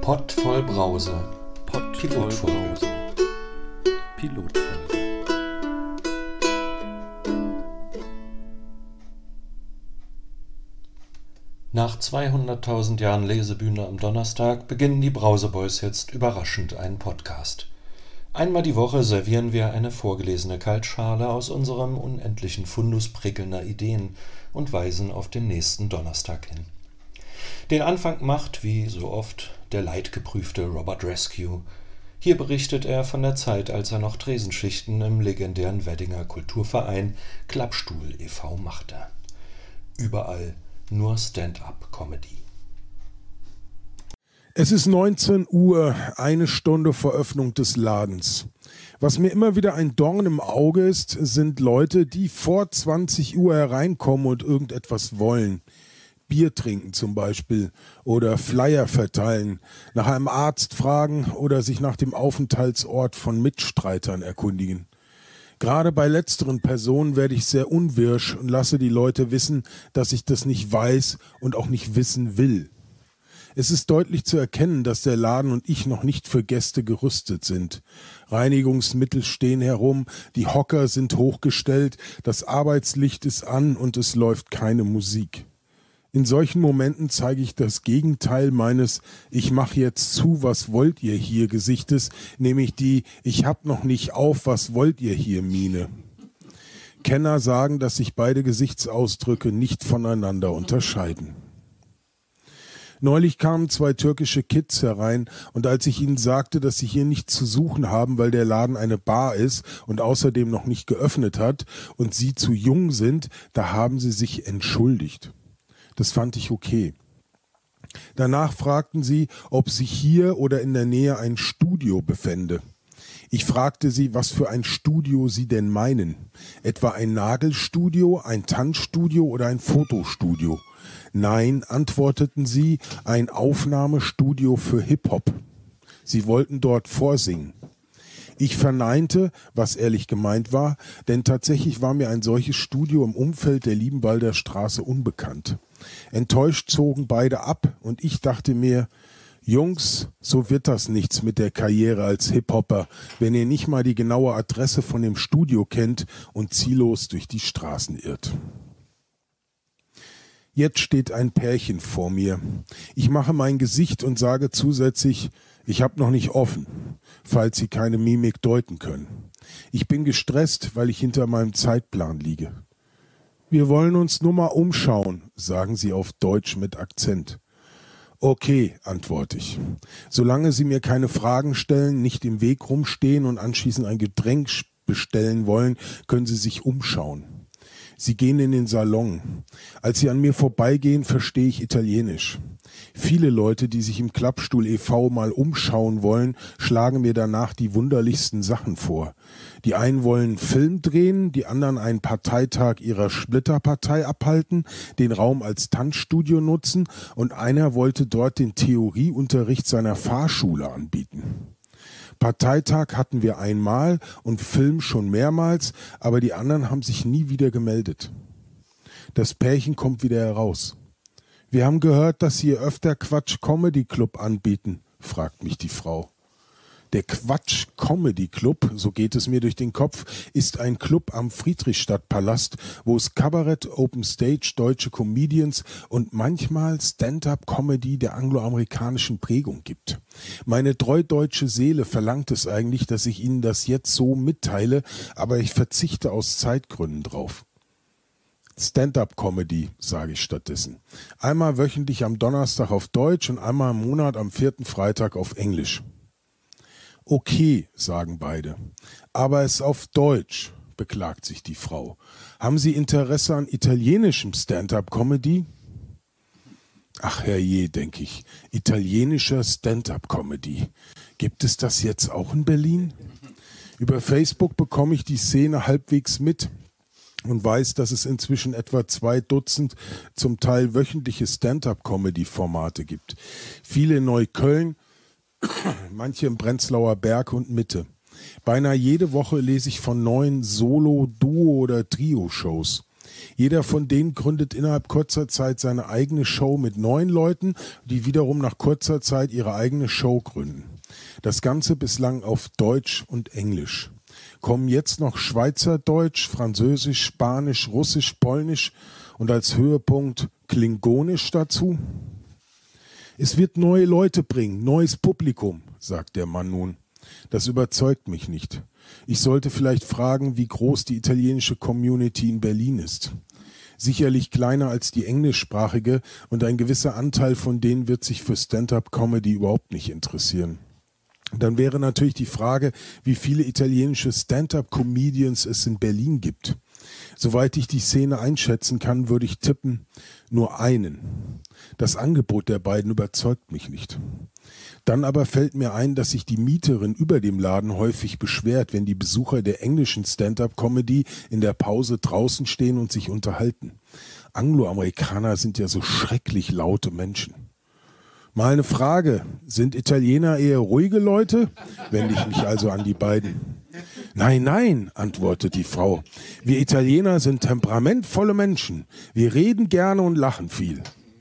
Pott voll Brause. Pilotfolge. Nach 200.000 Jahren Lesebühne am Donnerstag beginnen die Brauseboys jetzt überraschend einen Podcast. Einmal die Woche servieren wir eine vorgelesene Kaltschale aus unserem unendlichen Fundus prickelnder Ideen und weisen auf den nächsten Donnerstag hin. Den Anfang macht, wie so oft, der leidgeprüfte Robert Rescue. Hier berichtet er von der Zeit, als er noch Tresenschichten im legendären Weddinger Kulturverein Klappstuhl e.V. machte. Überall nur Stand-up-Comedy. Es ist 19 Uhr, eine Stunde vor Öffnung des Ladens. Was mir immer wieder ein Dorn im Auge ist, sind Leute, die vor 20 Uhr hereinkommen und irgendetwas wollen. Bier trinken zum Beispiel oder Flyer verteilen, nach einem Arzt fragen oder sich nach dem Aufenthaltsort von Mitstreitern erkundigen. Gerade bei letzteren Personen werde ich sehr unwirsch und lasse die Leute wissen, dass ich das nicht weiß und auch nicht wissen will. Es ist deutlich zu erkennen, dass der Laden und ich noch nicht für Gäste gerüstet sind. Reinigungsmittel stehen herum, die Hocker sind hochgestellt, das Arbeitslicht ist an und es läuft keine Musik. In solchen Momenten zeige ich das Gegenteil meines „Ich mache jetzt zu, was wollt ihr hier" Gesichtes, nämlich die „Ich hab noch nicht auf, was wollt ihr hier" Miene. Kenner sagen, dass sich beide Gesichtsausdrücke nicht voneinander unterscheiden. Neulich kamen 2 türkische Kids herein und als ich ihnen sagte, dass sie hier nichts zu suchen haben, weil der Laden eine Bar ist und außerdem noch nicht geöffnet hat und sie zu jung sind, da haben sie sich entschuldigt. Das fand ich okay. Danach fragten sie, ob sich hier oder in der Nähe ein Studio befände. Ich fragte sie, was für ein Studio sie denn meinen. Etwa ein Nagelstudio, ein Tanzstudio oder ein Fotostudio? Nein, antworteten sie, ein Aufnahmestudio für Hip-Hop. Sie wollten dort vorsingen. Ich verneinte, was ehrlich gemeint war, denn tatsächlich war mir ein solches Studio im Umfeld der Liebenwalder Straße unbekannt. Enttäuscht zogen beide ab und ich dachte mir, Jungs, so wird das nichts mit der Karriere als Hip-Hopper, wenn ihr nicht mal die genaue Adresse von dem Studio kennt und ziellos durch die Straßen irrt. Jetzt steht ein Pärchen vor mir. Ich mache mein Gesicht und sage zusätzlich, ich habe noch nicht offen, falls Sie keine Mimik deuten können. Ich bin gestresst, weil ich hinter meinem Zeitplan liege. Wir wollen uns nur mal umschauen, sagen sie auf Deutsch mit Akzent. Okay, antworte ich. Solange Sie mir keine Fragen stellen, nicht im Weg rumstehen und anschließend ein Getränk bestellen wollen, können Sie sich umschauen. Sie gehen in den Salon. Als sie an mir vorbeigehen, verstehe ich Italienisch. Viele Leute, die sich im Klappstuhl e.V. mal umschauen wollen, schlagen mir danach die wunderlichsten Sachen vor. Die einen wollen einen Film drehen, die anderen einen Parteitag ihrer Splitterpartei abhalten, den Raum als Tanzstudio nutzen und einer wollte dort den Theorieunterricht seiner Fahrschule anbieten. Parteitag hatten wir einmal und Film schon mehrmals, aber die anderen haben sich nie wieder gemeldet. Das Pärchen kommt wieder heraus. Wir haben gehört, dass Sie öfter Quatsch Comedy Club anbieten, fragt mich die Frau. Der Quatsch Comedy Club, so geht es mir durch den Kopf, ist ein Club am Friedrichstadtpalast, wo es Kabarett, Open Stage, deutsche Comedians und manchmal Stand-up-Comedy der angloamerikanischen Prägung gibt. Meine treu deutsche Seele verlangt es eigentlich, dass ich Ihnen das jetzt so mitteile, aber ich verzichte aus Zeitgründen drauf. Stand-up-Comedy, sage ich stattdessen. Einmal wöchentlich am Donnerstag auf Deutsch und einmal im Monat am 4. Freitag auf Englisch. Okay, sagen beide. Aber es ist auf Deutsch, beklagt sich die Frau. Haben Sie Interesse an italienischem Stand-up-Comedy? Ach herrje, denke ich. Italienischer Stand-up-Comedy. Gibt es das jetzt auch in Berlin? Über Facebook bekomme ich die Szene halbwegs mit und weiß, dass es inzwischen etwa 2 Dutzend zum Teil wöchentliche Stand-up-Comedy-Formate gibt. Viele in Neukölln, manche im Prenzlauer Berg und Mitte. Beinahe jede Woche lese ich von neuen Solo-, Duo- oder Trio-Shows. Jeder von denen gründet innerhalb kurzer Zeit seine eigene Show mit 9 Leuten, die wiederum nach kurzer Zeit ihre eigene Show gründen. Das Ganze bislang auf Deutsch und Englisch. Kommen jetzt noch Schweizerdeutsch, Französisch, Spanisch, Russisch, Polnisch und als Höhepunkt Klingonisch dazu? Es wird neue Leute bringen, neues Publikum, sagt der Mann nun. Das überzeugt mich nicht. Ich sollte vielleicht fragen, wie groß die italienische Community in Berlin ist. Sicherlich kleiner als die englischsprachige und ein gewisser Anteil von denen wird sich für Stand-up-Comedy überhaupt nicht interessieren. Dann wäre natürlich die Frage, wie viele italienische Stand-up-Comedians es in Berlin gibt. Soweit ich die Szene einschätzen kann, würde ich tippen, nur einen. Das Angebot der beiden überzeugt mich nicht. Dann aber fällt mir ein, dass sich die Mieterin über dem Laden häufig beschwert, wenn die Besucher der englischen Stand-up-Comedy in der Pause draußen stehen und sich unterhalten. Angloamerikaner sind ja so schrecklich laute Menschen. Mal eine Frage, sind Italiener eher ruhige Leute? Wende ich mich also an die beiden. Nein, nein, antwortet die Frau. Wir Italiener sind temperamentvolle Menschen. Wir reden gerne und lachen viel.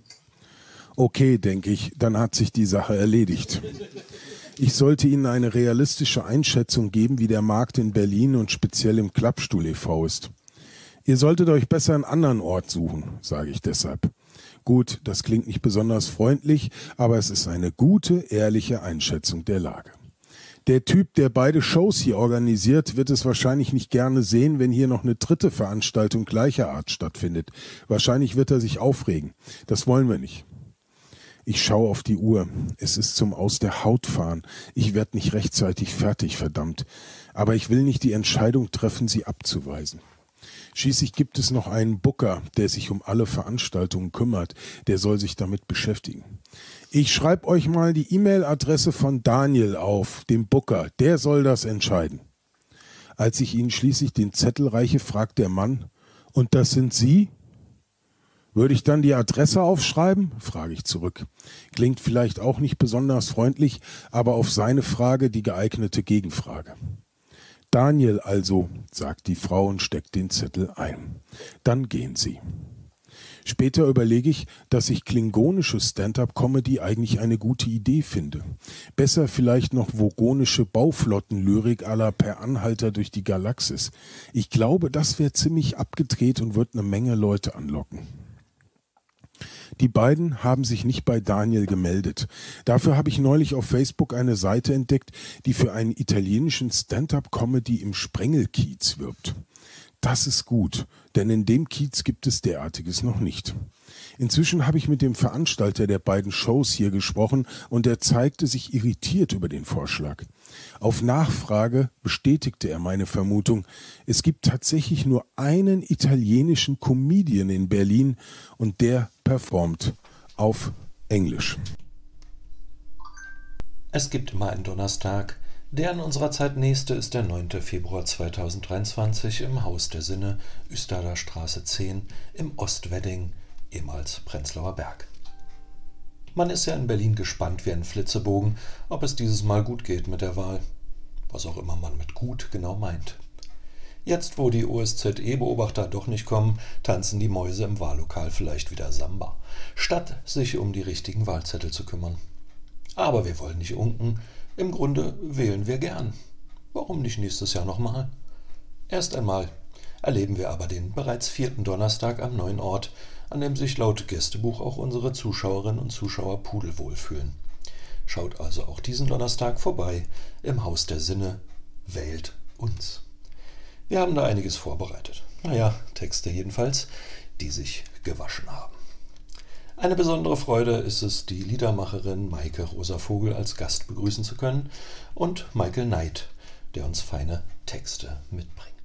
Okay, denke ich, dann hat sich die Sache erledigt. Ich sollte Ihnen eine realistische Einschätzung geben, wie der Markt in Berlin und speziell im Klappstuhl e.V. ist. Ihr solltet euch besser einen anderen Ort suchen, sage ich deshalb. Gut, das klingt nicht besonders freundlich, aber es ist eine gute, ehrliche Einschätzung der Lage. Der Typ, der beide Shows hier organisiert, wird es wahrscheinlich nicht gerne sehen, wenn hier noch eine dritte Veranstaltung gleicher Art stattfindet. Wahrscheinlich wird er sich aufregen. Das wollen wir nicht. Ich schaue auf die Uhr. Es ist zum Aus der Haut fahren. Ich werde nicht rechtzeitig fertig, verdammt. Aber ich will nicht die Entscheidung treffen, sie abzuweisen. Schließlich gibt es noch einen Booker, der sich um alle Veranstaltungen kümmert. Der soll sich damit beschäftigen. Ich schreibe euch mal die E-Mail-Adresse von Daniel auf, dem Booker. Der soll das entscheiden. Als ich ihnen schließlich den Zettel reiche, fragt der Mann, und das sind Sie? Würde ich dann die Adresse aufschreiben? Frage ich zurück. Klingt vielleicht auch nicht besonders freundlich, aber auf seine Frage die geeignete Gegenfrage. Daniel also, sagt die Frau und steckt den Zettel ein. Dann gehen sie. Später überlege ich, dass ich klingonische Stand-up-Comedy eigentlich eine gute Idee finde. Besser vielleicht noch vogonische Bauflottenlyrik à la Per Anhalter durch die Galaxis. Ich glaube, das wäre ziemlich abgedreht und wird eine Menge Leute anlocken. Die beiden haben sich nicht bei Daniel gemeldet. Dafür habe ich neulich auf Facebook eine Seite entdeckt, die für einen italienischen Stand-up-Comedy im Sprengelkiez wirbt. Das ist gut, denn in dem Kiez gibt es derartiges noch nicht. Inzwischen habe ich mit dem Veranstalter der beiden Shows hier gesprochen und er zeigte sich irritiert über den Vorschlag. Auf Nachfrage bestätigte er meine Vermutung. Es gibt tatsächlich nur einen italienischen Comedian in Berlin und der performt auf Englisch. Es gibt immer einen Donnerstag. Der in unserer Zeit nächste ist der 9. Februar 2023 im Haus der Sinne, Üstader Straße 10, im Ostwedding, ehemals Prenzlauer Berg. Man ist ja in Berlin gespannt wie ein Flitzebogen, ob es dieses Mal gut geht mit der Wahl. Was auch immer man mit gut genau meint. Jetzt, wo die OSZE-Beobachter doch nicht kommen, tanzen die Mäuse im Wahllokal vielleicht wieder Samba, statt sich um die richtigen Wahlzettel zu kümmern. Aber wir wollen nicht unken. Im Grunde wählen wir gern. Warum nicht nächstes Jahr nochmal? Erst einmal erleben wir aber den bereits 4. Donnerstag am neuen Ort, an dem sich laut Gästebuch auch unsere Zuschauerinnen und Zuschauer pudelwohl fühlen. Schaut also auch diesen Donnerstag vorbei im Haus der Sinne, wählt uns. Wir haben da einiges vorbereitet. Texte jedenfalls, die sich gewaschen haben. Eine besondere Freude ist es, die Liedermacherin Maike Rosa-Vogel als Gast begrüßen zu können und Michael Knight, der uns feine Texte mitbringt.